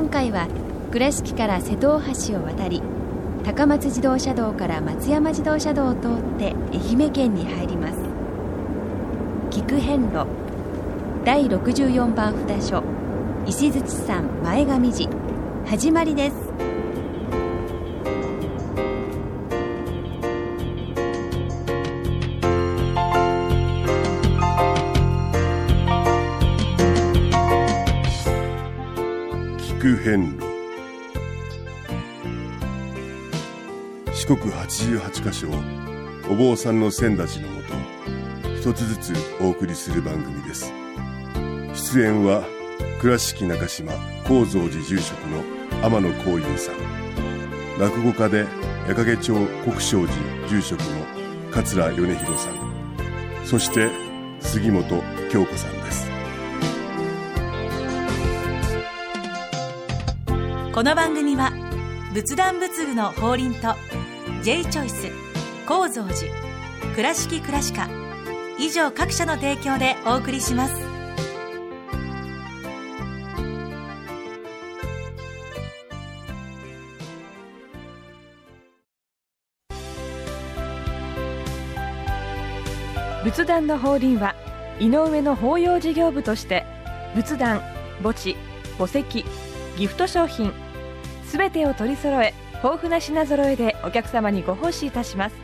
今回は倉敷から瀬戸大橋を渡り、高松自動車道から松山自動車道を通って愛媛県に入ります。菊遍路第64番札所石鎚山前上寺、始まりです。 菊遍路、四国88カ所をお坊さんの先立ちのもと一つずつお送りする番組です。出演は倉敷中島・高蔵寺住職の天野光雄さん、落語家で矢掛町国生寺住職の桂米広さん、そして杉本京子さんです。 この番組は仏壇仏具の法輪と J チョイス、高蔵寺、倉敷倉歯科以上各社の提供でお送りします。 仏壇の法輪は井上の法要事業部として仏壇、墓地、墓石、ギフト商品すべてを取り揃え、豊富な品揃えでお客様にご奉仕いたします。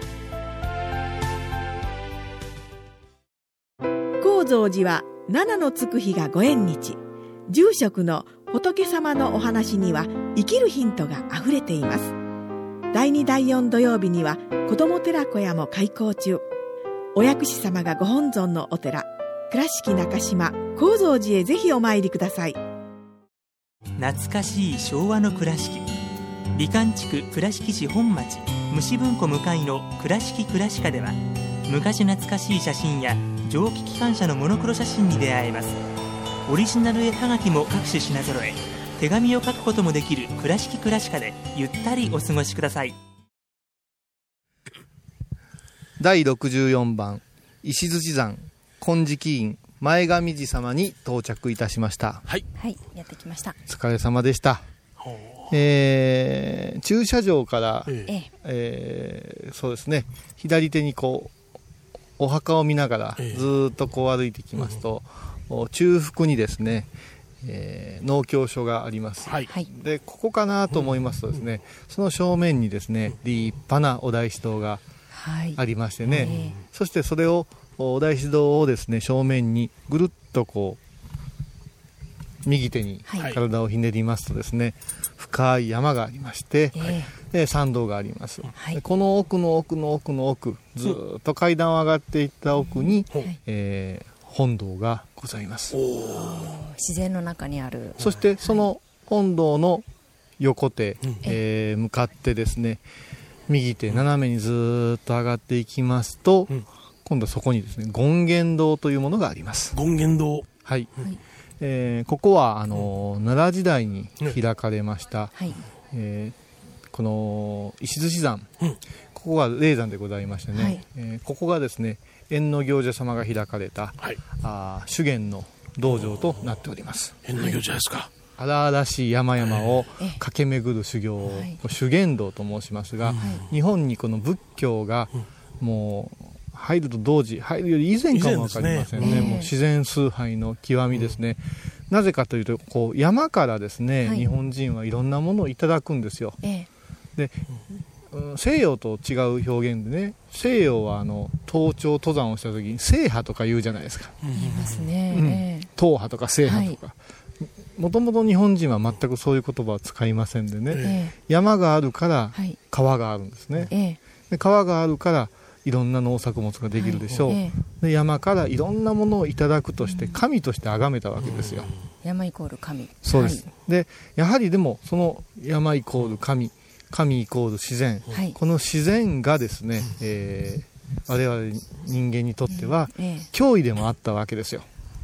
高蔵寺は七のつく日がご縁日。住職の仏様のお話には生きるヒントがあふれています。第2第4土曜日には子ども寺小屋も開校中。お薬師様がご本尊のお寺、倉敷中島・高蔵寺へぜひお参りください。 懐かしい昭和の倉敷、美観地区倉敷市本町虫文庫向かいの倉敷倉歯科では、昔懐かしい写真や蒸気機関車のモノクロ写真に出会えます。オリジナル絵はがきも各種品揃え、手紙を書くこともできる倉敷倉歯科でゆったりお過ごしください。 第64番石鎚山金色院前上寺様に到着いたしました。 はい、はい、やってきました。 お疲れ様でした。駐車場から、そうですね、左手にこうお墓を見ながらずっとこう歩いてきますと、中腹にですね、農協所があります、はい、でここかなと思いますとですね、その正面にですね立派なお大師堂がありましてね、そしてそれをお大師堂をですね正面にぐるっとこう右手に体をひねりますとですね、深い山がありまして、参道があります、この奥の奥の奥の奥、ずっと階段を上がっていった奥に、本堂がございます。 自然の中にある。 そしてその本堂の横手、向かってですね右手斜めにずっと上がっていきますと、今度そこにですね権現堂というものがあります。 権現堂、 はい、ここは奈良時代に開かれました、この石鎚山、ここが霊山でございましてね、ここがですね縁の行者様が開かれた、修験の道場となっております。 縁の行者ですか。 荒々しい山々を駆け巡る修行を修験道と申しますが、日本にこの仏教がもう入ると同時、入るより以前かも分かりませんね。もう自然崇拝の極みですね。なぜかというとこう山からですね、日本人はいろんなものをいただくんですよ。で西洋と違う表現でね、西洋は登頂登山をした時に制覇とか言うじゃないですか。 言いますね。 踏破とか制覇とか、もともと日本人は全くそういう言葉を使いませんでね、山があるから川があるんですね、で川があるからいろんな農作物ができるでしょう、で山からいろんなものをいただくとして神として崇めたわけですよ。 山イコール神。 そうです、でやはりでもその山イコール神、神イコール自然、この自然がですね、我々人間にとっては脅威でもあったわけですよ。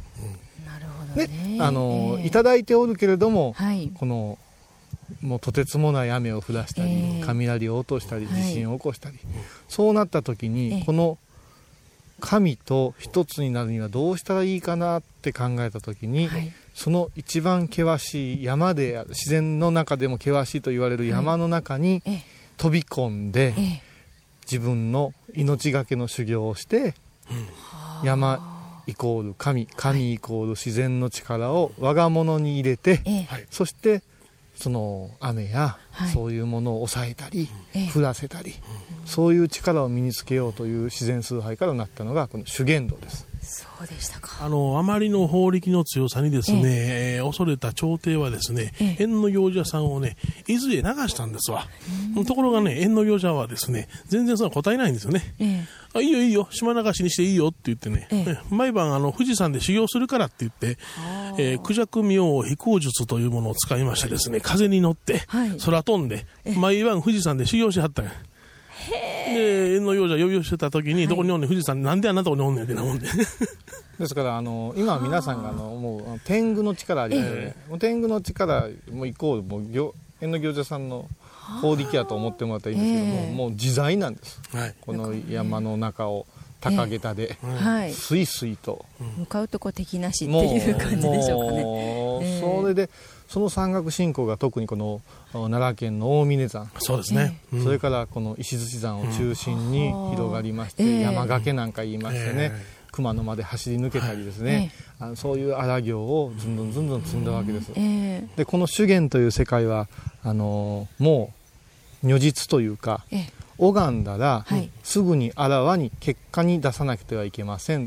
いただいておるけれども、このもうとてつもない雨を降らしたり、雷を落としたり、地震を起こしたり、そうなった時に、この神と一つになるにはどうしたらいいかなって考えた時に、 その一番険しい山である、自然の中でも険しいと言われる山の中に飛び込んで、自分の命がけの修行をして、山イコール神、神イコール自然の力を我が物に入れて、そしてその雨やそういうものを抑えたり、降らせたり、そういう力を身につけようという自然崇拝からなったのがこの修験道です。 そうでしたか。 あまりの法力の強さにですね、恐れた朝廷はですね、縁の行者さんをね、伊豆へ流したんですわ。ところがね、縁の行者はですね、全然その答えないんですよね。いいよいいよ、島流しにしていいよって言ってね、毎晩富士山で修行するからって言って、孔雀明王飛行術というものを使いましてですね、風に乗って空飛んで、毎晩富士山で修行しはったんや。で、縁の行者呼び寄せた時に、どこにおんねん、富士山なんであんなとこにおんねんってなもんで。 ですから今皆さんがもう天狗の力ありますよね。もう天狗の力もイコールもう縁の行者さんの法力やと思ってもらったらいいんですけども、もう自在なんです、この山の中を高げたで、スイスイと向かうとこ敵なしっていう感じでしょうかね。 それでその山岳信仰が特にこの奈良県の大峰山、 そうですね、 それからこの石鎚山を中心に広がりまして、山崖なんか言いましてね、熊野まで走り抜けたりですね、そういう荒行をずんどんずんどん積んだわけです、でこの修験という世界はもう如実というか、拝んだら、すぐにあらわに結果に出さなくてはいけません、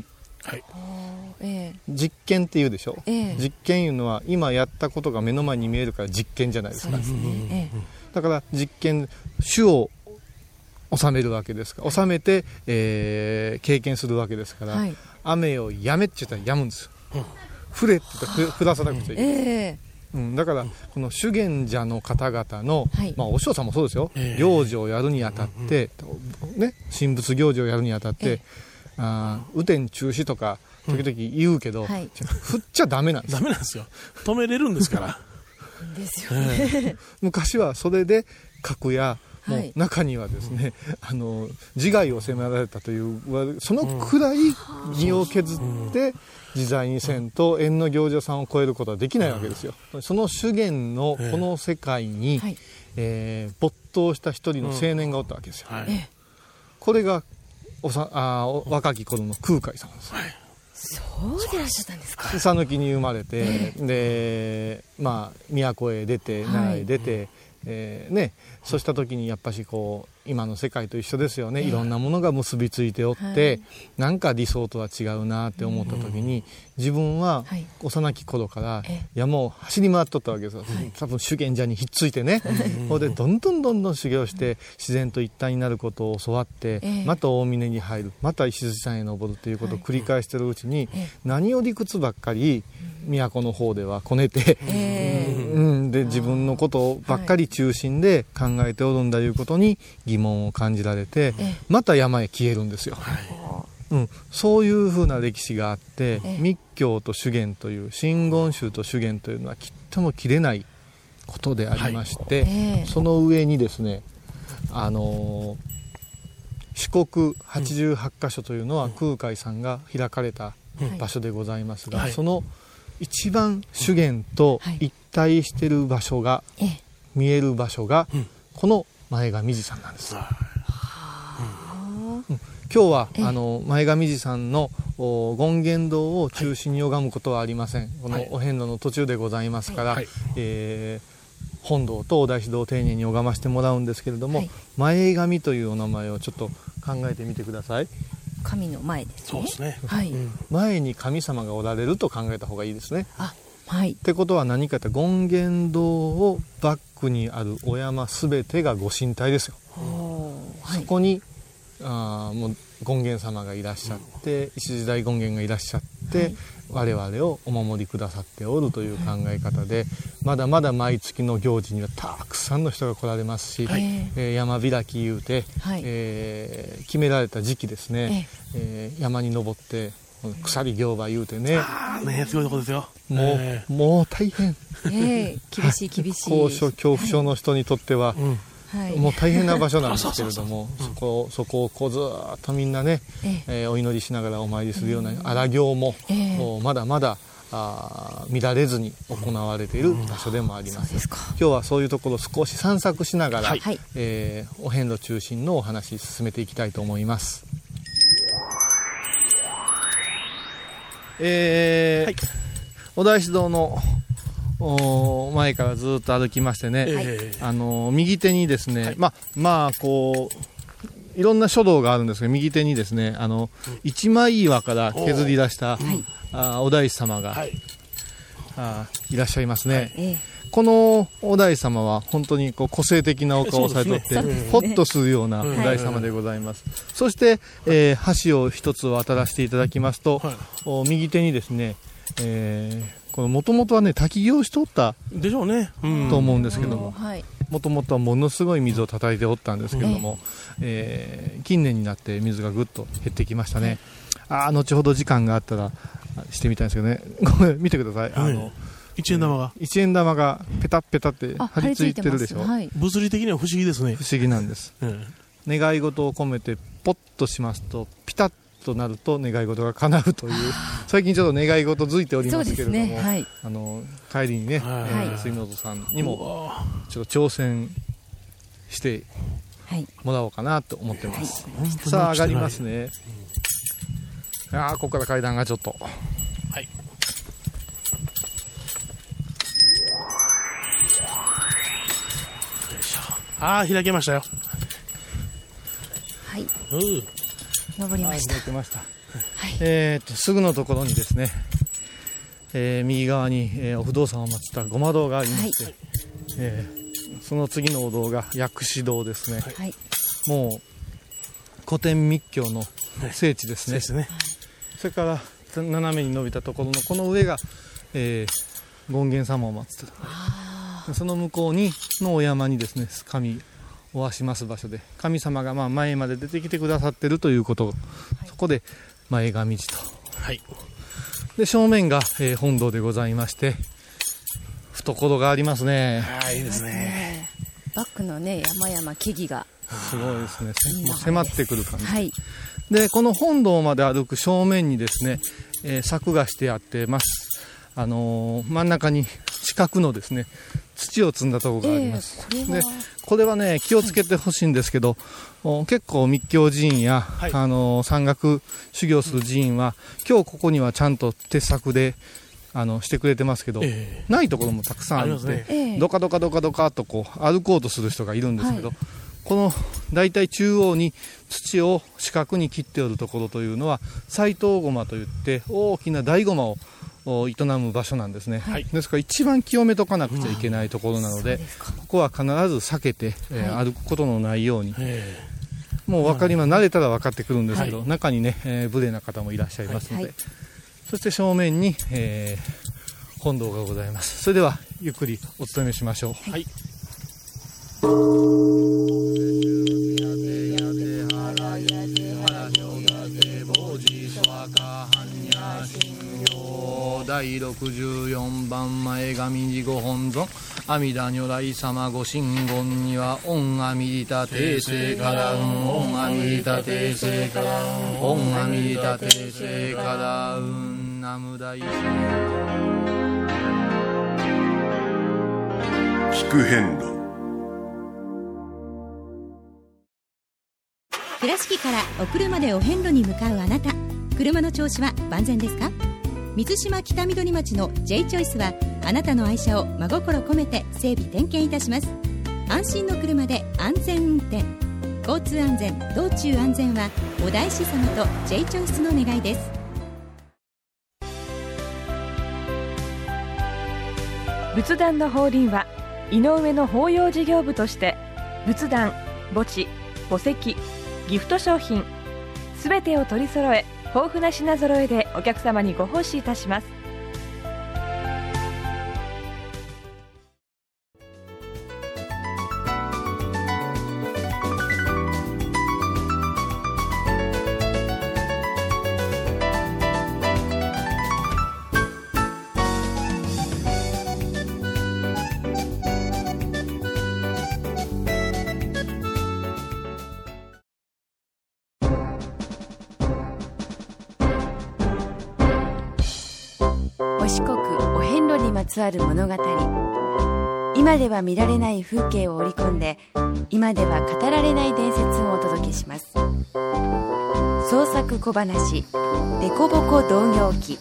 実験っていうでしょ、実験いうのは今やったことが目の前に見えるから実験じゃないですか。だから実験、種を収めるわけですから、収めて、経験するわけですから、雨をやめって言ったらやむんですよ、降れって言ったら降らさなくちゃいけない、だからこの修験者の方々の、お師匠さんもそうですよ、行事をやるにあたって、神仏行事をやるにあたって、雨天中止とか時々言うけど、降っちゃダメなんですよ。 ダメなんですよ、止めれるんですからですよね、 昔はそれで核やもう中にはですね、自害を迫られたというそのくらい身を削って自在にせんと縁の行者さんを超えることはできないわけですよ。その修験のこの世界に、没頭した一人の青年がおったわけですよ、これが若き頃の空海さんです、 そうでいらっしゃったんですか。 讃岐に生まれて、で都へ出て奈良へ出て、そうした時にやっぱしこう今の世界と一緒ですよね、いろんなものが結びついておって、なんか理想とは違うなって思った時に、自分は幼き頃から山を走り回っとったわけですよ、多分修験者にひっついてねそれでどんどん修行して自然と一体になることを教わって、また大峰に入る、また石鎚山へ登るということを繰り返しているうちに、何を理屈ばっかり都の方ではこねて、で自分のことばっかり中心で考えておるんだいうことに疑問を感じられて、また山へ消えるんですよ、そういうふうな歴史があって、密教と修験という真言宗と修験というのはきっとも切れないことでありまして、その上にですね、四国88カ所というのは空海さんが開かれた場所でございますが、その一番修験と一体している場所が、見える場所が、この前上寺山なんです。今日は前上寺山の権現堂を中心に拝むことはありません。このお遍路の途中でございますから、本堂とお大師堂を丁寧に拝ませてもらうんですけれども、前上というお名前をちょっと考えてみてください。 神の前ですね。 そうですね、 前に神様がおられると考えた方がいいですね。ってことは何かというと、権現堂をバックにあるお山すべてがご神体ですよ。そこにもう権現様がいらっしゃって、石鎚大権現がいらっしゃって、我々をお守りくださっておるという考え方で、まだまだ毎月の行事にはたくさんの人が来られますし、山開きいうて、決められた時期ですね、山に登って鎖行場言うてね、 すごいとこですよ。 もう大変、 厳しい高所恐怖症の人にとっては、もう大変な場所なんですけれども、そこをこうずっとみんなね、お祈りしながらお参りするような荒行も、まだまだ見られずに行われている場所でもあります。今日はそういうところを少し散策しながら、お遍路中心のお話進めていきたいと思います。お大師堂の前からずっと歩きましてね、右手にですね、こういろんな書道があるんですが、右手にですね一枚岩から削り出したお大師様がいらっしゃいますね。このお大師様は本当にこう個性的なお顔をされておって、ホッとするようなお大師様でございます。そして、橋を一つ渡らせていただきますと、右手にですね、このもともとはね滝行しとったでしょうね、 と思うんですけども、もともとはものすごい水を叩いておったんですけども、近年になって水がぐっと減ってきましたね。後ほど時間があったらしてみたいんですけどね。ごめん、見てください。 一円玉がペタッペタって張り付いてるでしょ。 物理的には不思議ですね。 不思議なんです。願い事を込めてポッとしますとピタッとなると願い事が叶うという、最近ちょっと願い事づいておりますけれども、帰りにね、杉本さんにもちょっと挑戦してもらおうかなと思ってます。さあ上がりますね。ここから階段がちょっと、 開けましたよ。 登りました。 すぐのところにですね、右側に、お不動産を祀ったごま堂がありまして、その次のお堂が薬師堂ですね。もう古典密教の聖地ですね。それから斜めに伸びたところのこの上が、権現様を祀った。その向こうのお山にですね、神をあします場所で、神様が前まで出てきてくださっているということ、そこで前が道と、で正面が、本堂でございまして、懐がありますね。 いいですね。 バックのね山々木々がすごいですね。迫ってくる感じ、でこの本堂まで歩く正面にですね、柵がしてあってます。真ん中に四角のですね土を積んだところがあります。でこれはね気をつけてほしいんですけど、結構密教寺院や、山岳修行する寺院は、今日ここにはちゃんと鉄柵でしてくれてますけど、ないところもたくさんあって、ドカドカドカドカとこう歩こうとする人がいるんですけど、この大体中央に土を四角に切っておるところというのは斎藤ごまといって大きな大ごまを営む場所なんですね。ですから一番清めとかなくちゃいけないところなので、ここは必ず避けて、歩くことのないように、もう分かります。慣れたら分かってくるんですけど、中にね、無礼な方もいらっしゃいますので、そして正面に、本堂がございます。それではゆっくりお勤めしましょう。第64番前上寺ご本尊阿弥陀如来様ご神言にはオン阿弥陀帝聖からオン阿弥陀帝聖からオン阿弥陀帝聖からナム大師聞く遍路。 倉敷からお車でお遍路に向かうあなた、車の調子は万全ですか？水島北緑町の J チョイスはあなたの愛車を真心込めて整備点検いたします。安心の車で安全運転、交通安全道中安全はお大師様と J チョイスの願いです。 仏壇の法輪は井上の法要事業部として仏壇、墓地、墓石、ギフト商品すべてを取り揃え、豊富な品揃えでお客様にご奉仕いたします。 つわる物語、今では見られない風景を織り込んで、今では語られない伝説をお届けします。創作小話デコボコ同業記。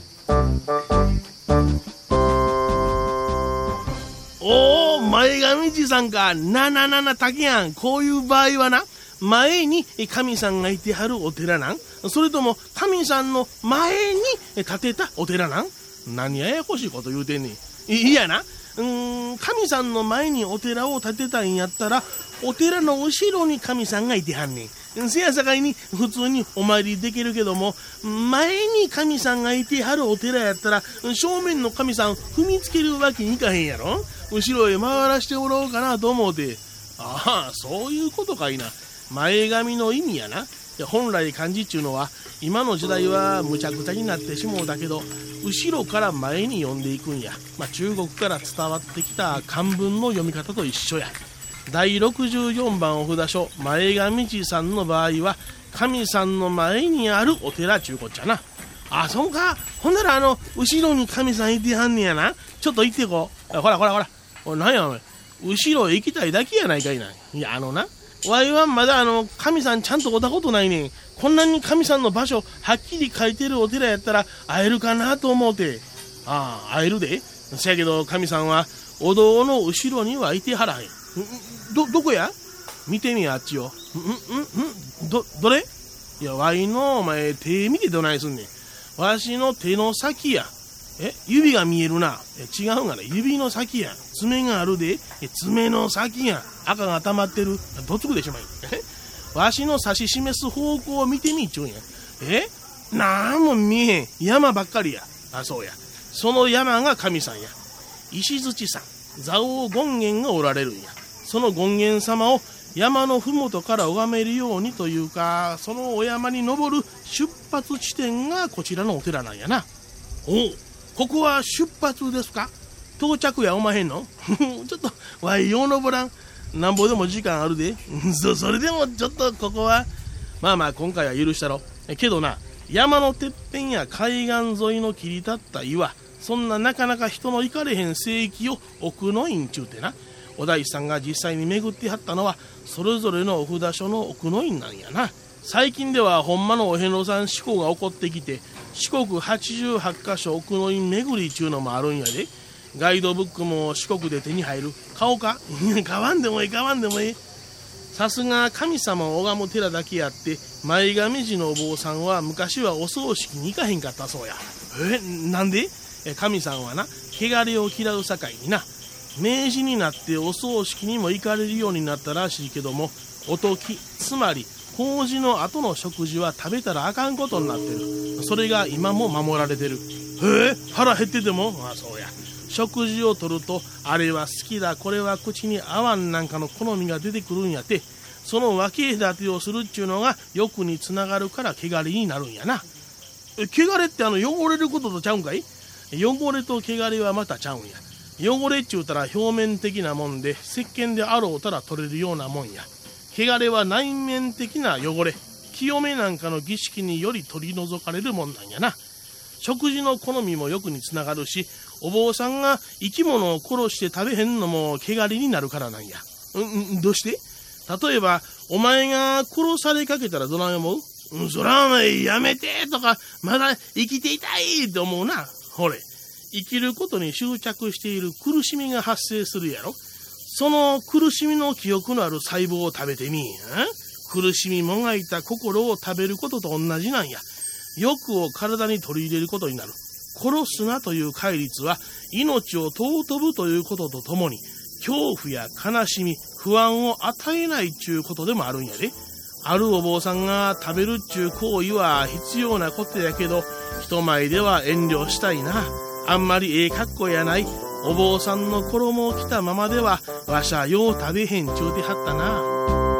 おー、前髪じさんか。竹やん。こういう場合はな、前に神さんがいてはるお寺なん、それとも神さんの前に建てたお寺なん。何ややこしいこと言うてんねん。いやな、神さんの前にお寺を建てたんやったら、お寺の後ろに神さんがいてはんねん。せやさかいに普通にお参りできるけども、前に神さんがいてはるお寺やったら、正面の神さん踏みつけるわけにいかへんやろ。後ろへ回らしてもらおうかなと思うて。ああ、そういうことかいな。前髪の意味やな。本来漢字っちゅうのは今の時代はむちゃくちゃになってしもうだけど、後ろから前に読んでいくんや。中国から伝わってきた漢文の読み方と一緒や。第64番お札書前髪地さんの場合は、神さんの前にあるお寺ちゅうこっちゃな。あ、そんか。ほんなら後ろに神さんいてはんねやな。ちょっと行ってこう。ほら。おい、なんやお前、後ろへ行きたいだけやないかいな。いや、わいはまだ神さんちゃんと会ったことないねん。こんなに神さんの場所はっきり書いてるお寺やったら会えるかなと思うて。ああ、会えるで。せやけど神さんはお堂の後ろにはいてはらへん。どこや？見てみや、あっちを。どれ？いや、わいのお前手見てどないすんねん。わしの手の先や。指が見えるな。違うがな、指の先や。爪があるで。爪の先や。赤が溜まってる。どつくでしょまい。わしの指し示す方向を見てみっちゅうんや。なんも見えへん。山ばっかりや。あ、そうや。その山が神さんや。石槌さん、蔵王権現がおられるんや。その権現様を山のふもとから拝めるようにというか、そのお山に登る出発地点がこちらのお寺なんやな。おう、ここは出発ですか？到着やおまへんの？ちょっとわいよう登らん。なんぼでも時間あるで。それでもちょっとここはまあ今回は許したろ。けどな、山のてっぺんや海岸沿いの切り立った岩、そんななかなか人の行かれへん聖域を奥の院ちゅうてな、お大師さんが実際に巡ってはったのはそれぞれのお札所の奥の院なんやな。最近ではほんまのお遍路さん志向が起こってきて、四国88カ所奥の院巡りちゅうのもあるんやで。ガイドブックも四国で手に入る。買おうか？買わんでもいい。さすが神様を拝む寺だけやって、前髪寺のお坊さんは昔はお葬式に行かへんかったそうや。なんで？神さんはな、汚れを嫌うさかいにな、明治になってお葬式にも行かれるようになったらしいけども、おとき、つまり法事の後の食事は食べたらあかんことになってる。それが今も守られてる。腹減ってても？あ、そうや。食事をとると、あれは好きだ、これは口に合わんなんかの好みが出てくるんやて、その分け隔てをするっちゅうのが欲につながるから汚れになるんやな。汚れって汚れることとちゃうんかい？汚れと汚れはまたちゃうんや。汚れっちゅうたら表面的なもんで、石鹸であろうたら取れるようなもんや。汚れは内面的な汚れ、清めなんかの儀式により取り除かれるもんなんやな。食事の好みも欲につながるし、お坊さんが生き物を殺して食べへんのも汚れになるからなんや。どうして？例えばお前が殺されかけたらどない思う？そらお前やめてとか、まだ生きていたいって思うな。ほれ、生きることに執着している苦しみが発生するやろ。その苦しみの記憶のある細胞を食べてみ。苦しみもがいた心を食べることと同じなんや。欲を体に取り入れることになる。殺すなという戒律は命を尊ぶということとともに、恐怖や悲しみ、不安を与えないっちゅうことでもあるんやで。あるお坊さんが食べるっちゅう行為は必要なことやけど、人前では遠慮したいな。あんまり格好やない。お坊さんの衣を着たままではわしゃよう食べへんちゅうてはったな。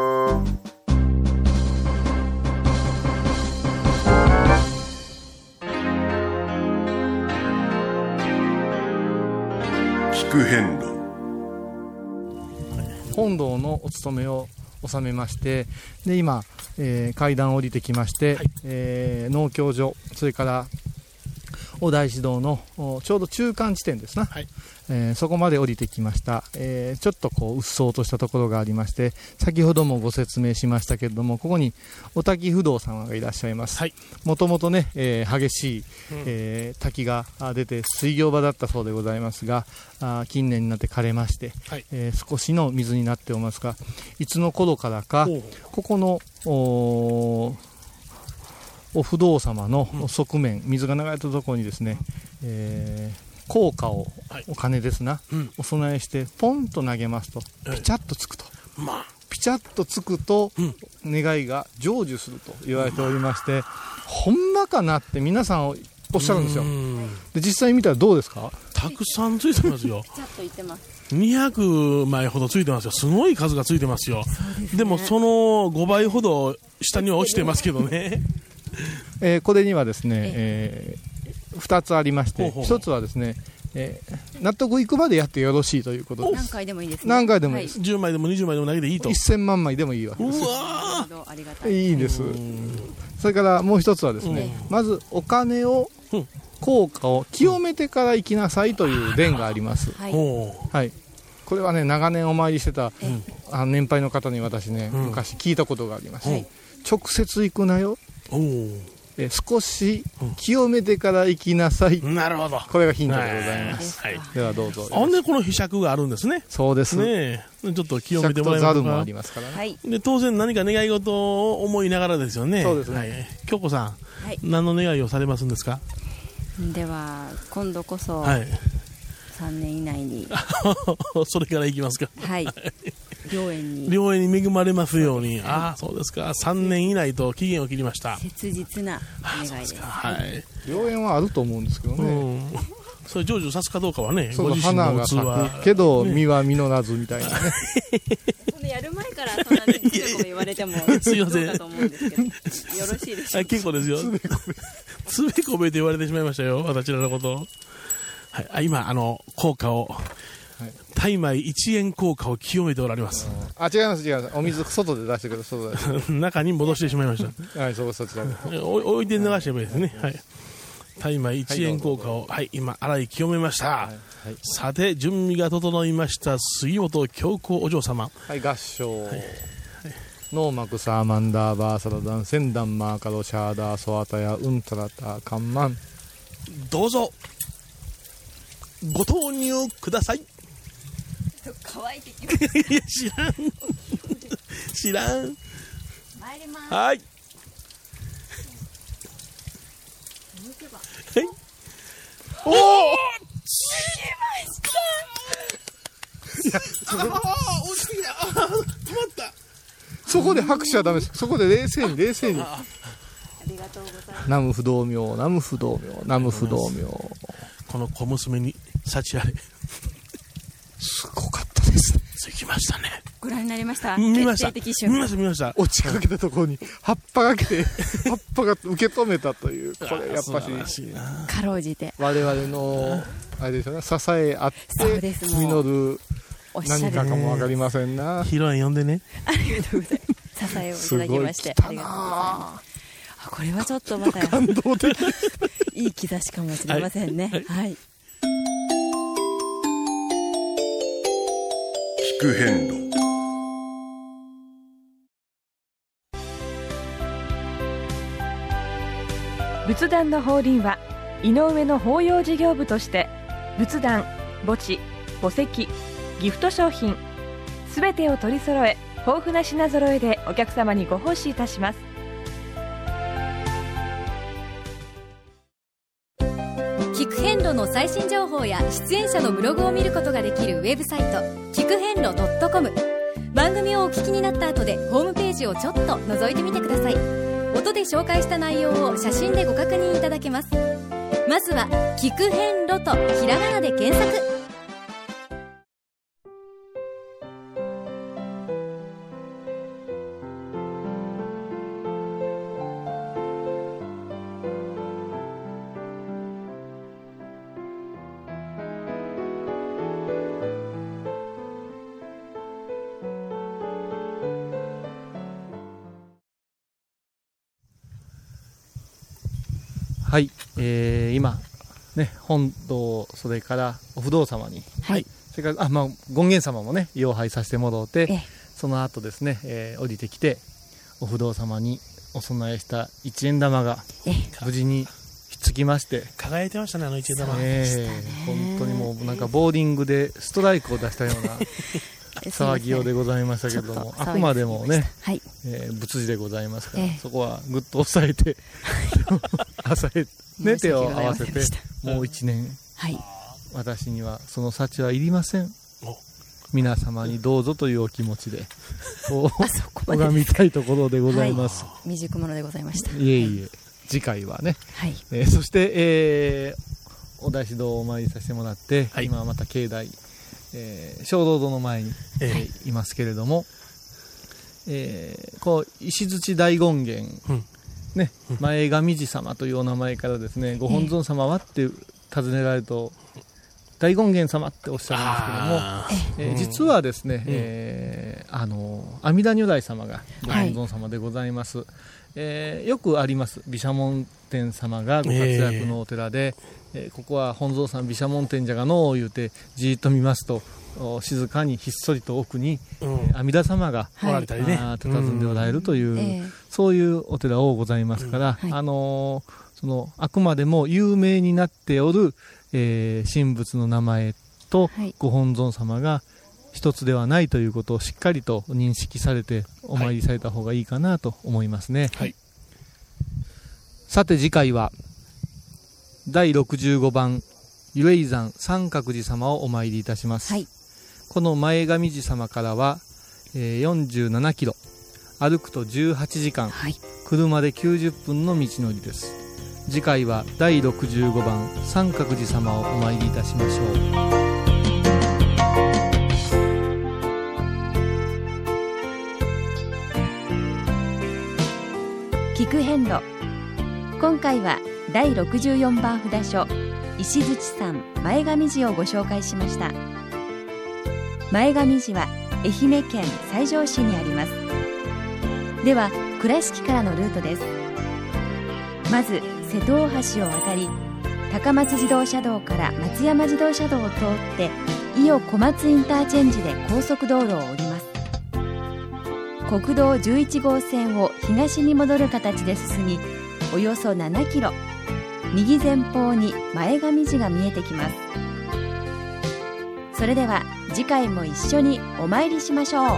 聞く遍路。 本堂のお勤めを収めまして、で今、階段を降りてきまして、農協所、それからお大師堂のちょうど中間地点ですな、はい、そこまで降りてきました。ちょっとこううっそうとしたところがありまして、先ほどもご説明しましたけれども、ここにお滝不動様がいらっしゃいます。もともとね、激しい、滝が出て水行場だったそうでございますが、近年になって枯れまして、はい、少しの水になっておりますが、いつの頃からかここのお不動様の側面、水が流れたところにですね、硬貨を、お金ですな、お供えしてポンと投げますとピチャッとつくと、ピチャッとつくと、願いが成就すると言われておりまして、ほんまかなって皆さんおっしゃるんですよ。で実際見たらどうですか？ たくさんついてますよ。 ちゃっといってます。 200枚ほどついてますよ。すごい数がついてますよ。でもその5倍ほど下には落ちてますけどね。 これにはですね、2つありまして、1つはですね、納得いくまでやってよろしいということです。 何回でもいいですね。 何回でもいいです。 10枚でも20枚でも投げていいと。 1000万枚でもいいわけです。 うわありがたい。 いいです。それからもう1つはですね、まずお金を、硬貨を清めてから行きなさいという伝があります。はい。これはね、長年お参りしてた年配の方に私ね、昔聞いたことがあります。直接行くなよ。少し清めてから行きなさい。 なるほど。 これがヒントでございます。ではどうぞ。 ほんでこの秘釈があるんですね。 そうですね。ちょっと清めてもらいますか。 ざるもありますからね。 で当然何か願い事を思いながらですよね。 そうですね。 京子さん、何の願いをされますんですか？ では今度こそ3年以内にそれからいきますか？ はい良縁に恵まれますように。ああ、そうですか。3年以内と期限を切りました。 切実な願いです。 良縁はあると思うんですけどね。 それ成就さすかどうかはね、 ご自身の器はけど実は実らずみたいなね。 やる前からそんなにつべこべ言われてもすいません。 どうかと思うんですけど、よろしいでしょうか？ 結構ですよ。つべこべと言われてしまいましたよ、私らのこと。はい、今硬貨を。大枚1円硬貨を清めておられます。 違います。お水外で出してください。 中に戻してしまいました。 はい、そちらで。 置いて流してもいいですね。はい。大枚1円硬貨を、今洗い清めました。さて準備が整いました。杉本京子お嬢様。 合唱。ノーマクサーマンダーバーサラダンセンダンマーカロシャーダーソアタヤウンタラタカンマン。 どうぞご投入ください。 乾いてきます。 いや知らん。 参ります。 はい。おお。 いや、 落ちてきた。止まった。 そこで拍手はダメです。そこで冷静に。 ありがとうございます。 南無不動明、南無不動明、南無不動明。 この小娘に幸あれ。 すごかったですね。 つきましたね。 ご覧になりました。 見ました。 決定的瞬間。 見ました。 落ちかけたところに葉っぱが来て葉っぱが受け止めたという、これやっぱしかろうじて我々のあれですよね、支え合って実る何かかも分かりませんな。 ヒロイン呼んでね。 ありがとうございます。支えをいただきましてありがとうございます。これはちょっとまた感動的いい兆しかもしれませんね。はい。 聞く遍路。 仏壇の法輪は井上の法要事業部として仏壇、墓地、墓石、ギフト商品すべてを取り揃え、豊富な品揃えでお客様にご奉仕いたします。 聞く遍路の最新情報や出演者のブログを見ることができるウェブサイト聞く遍路 .com。 番組をお聞きになった後でホームページをちょっと覗いてみてください。音で紹介した内容を写真でご確認いただけます。まずは聞く遍路とひらがなで検索。 はい、今ね、本堂、それからお不動様に、 はい、 それから権現様もね妖拝させてもらって、その後ですね、降りてきてお不動様にお供えした一円玉が無事にひっつきまして、 輝いてましたね、あの一円玉。 本当にもうなんかボーリングでストライクを出したような騒ぎようでございましたけれども、あくまでもね、仏事でございますから、そこはぐっと押さえて手を合わせて、もう1年、私にはその幸はいりません、皆様にどうぞというお気持ちで拝みたいところでございます。 未熟者でございました。 いえいえ、次回はね、そして、お大師堂をお参りさせてもらって、今はまた境内、正道堂の前に、いますけれども、こう石槌大権現、ね、前上寺様というお名前からですね、ご本尊様はって尋ねられると、大権現様っておっしゃるんですけども、実はですね、阿弥陀如来様がご本尊様でございます。よくあります毘沙門天様がご活躍のお寺で、ここは本尊さん毘沙門天じゃがのう言うてじーっと見ますと、静かにひっそりと奥に、阿弥陀様がおられたりね、佇んでおられるという、そういうお寺をございますから、そのあくまでも有名になっておる、神仏の名前とご本尊様が一つではないということをしっかりと認識されてお参りされた方がいいかなと思いますね。さて次回は第65番由礼山三覚寺様をお参りいたします。この前上寺様からは、47キロ、歩くと18時間、車で90分の道のりです。次回は第65番三覚寺様をお参りいたしましょう。 聞く遍路、今回は第64番札所石槌山前上寺をご紹介しました。前上寺は愛媛県西条市にあります。では倉敷からのルートです。まず瀬戸大橋を渡り、高松自動車道から松山自動車道を通って伊予小松インターチェンジで高速道路を降ります。国道11号線を東に戻る形で進み、およそ7キロ、右前方に前上寺が見えてきます。それでは次回も一緒にお参りしましょう。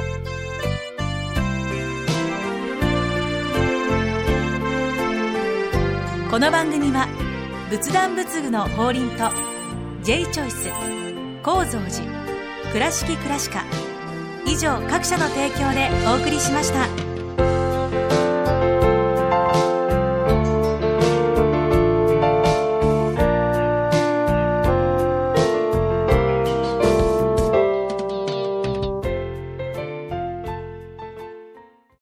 この番組は仏壇仏具の法輪と J チョイス、高蔵寺、倉敷倉歯科以上各社の提供でお送りしました。